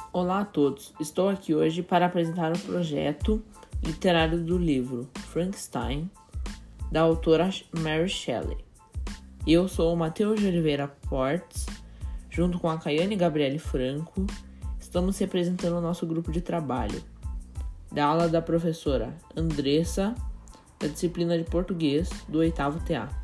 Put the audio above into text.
Olá a todos, estou aqui hoje para apresentar o projeto literário do livro Frankenstein, da autora Mary Shelley. Eu sou o Matheus de Oliveira Portes, junto com a Caiane Gabriele Franco, estamos representando o nosso grupo de trabalho, da aula da professora Andressa, da disciplina de português do 8º TA.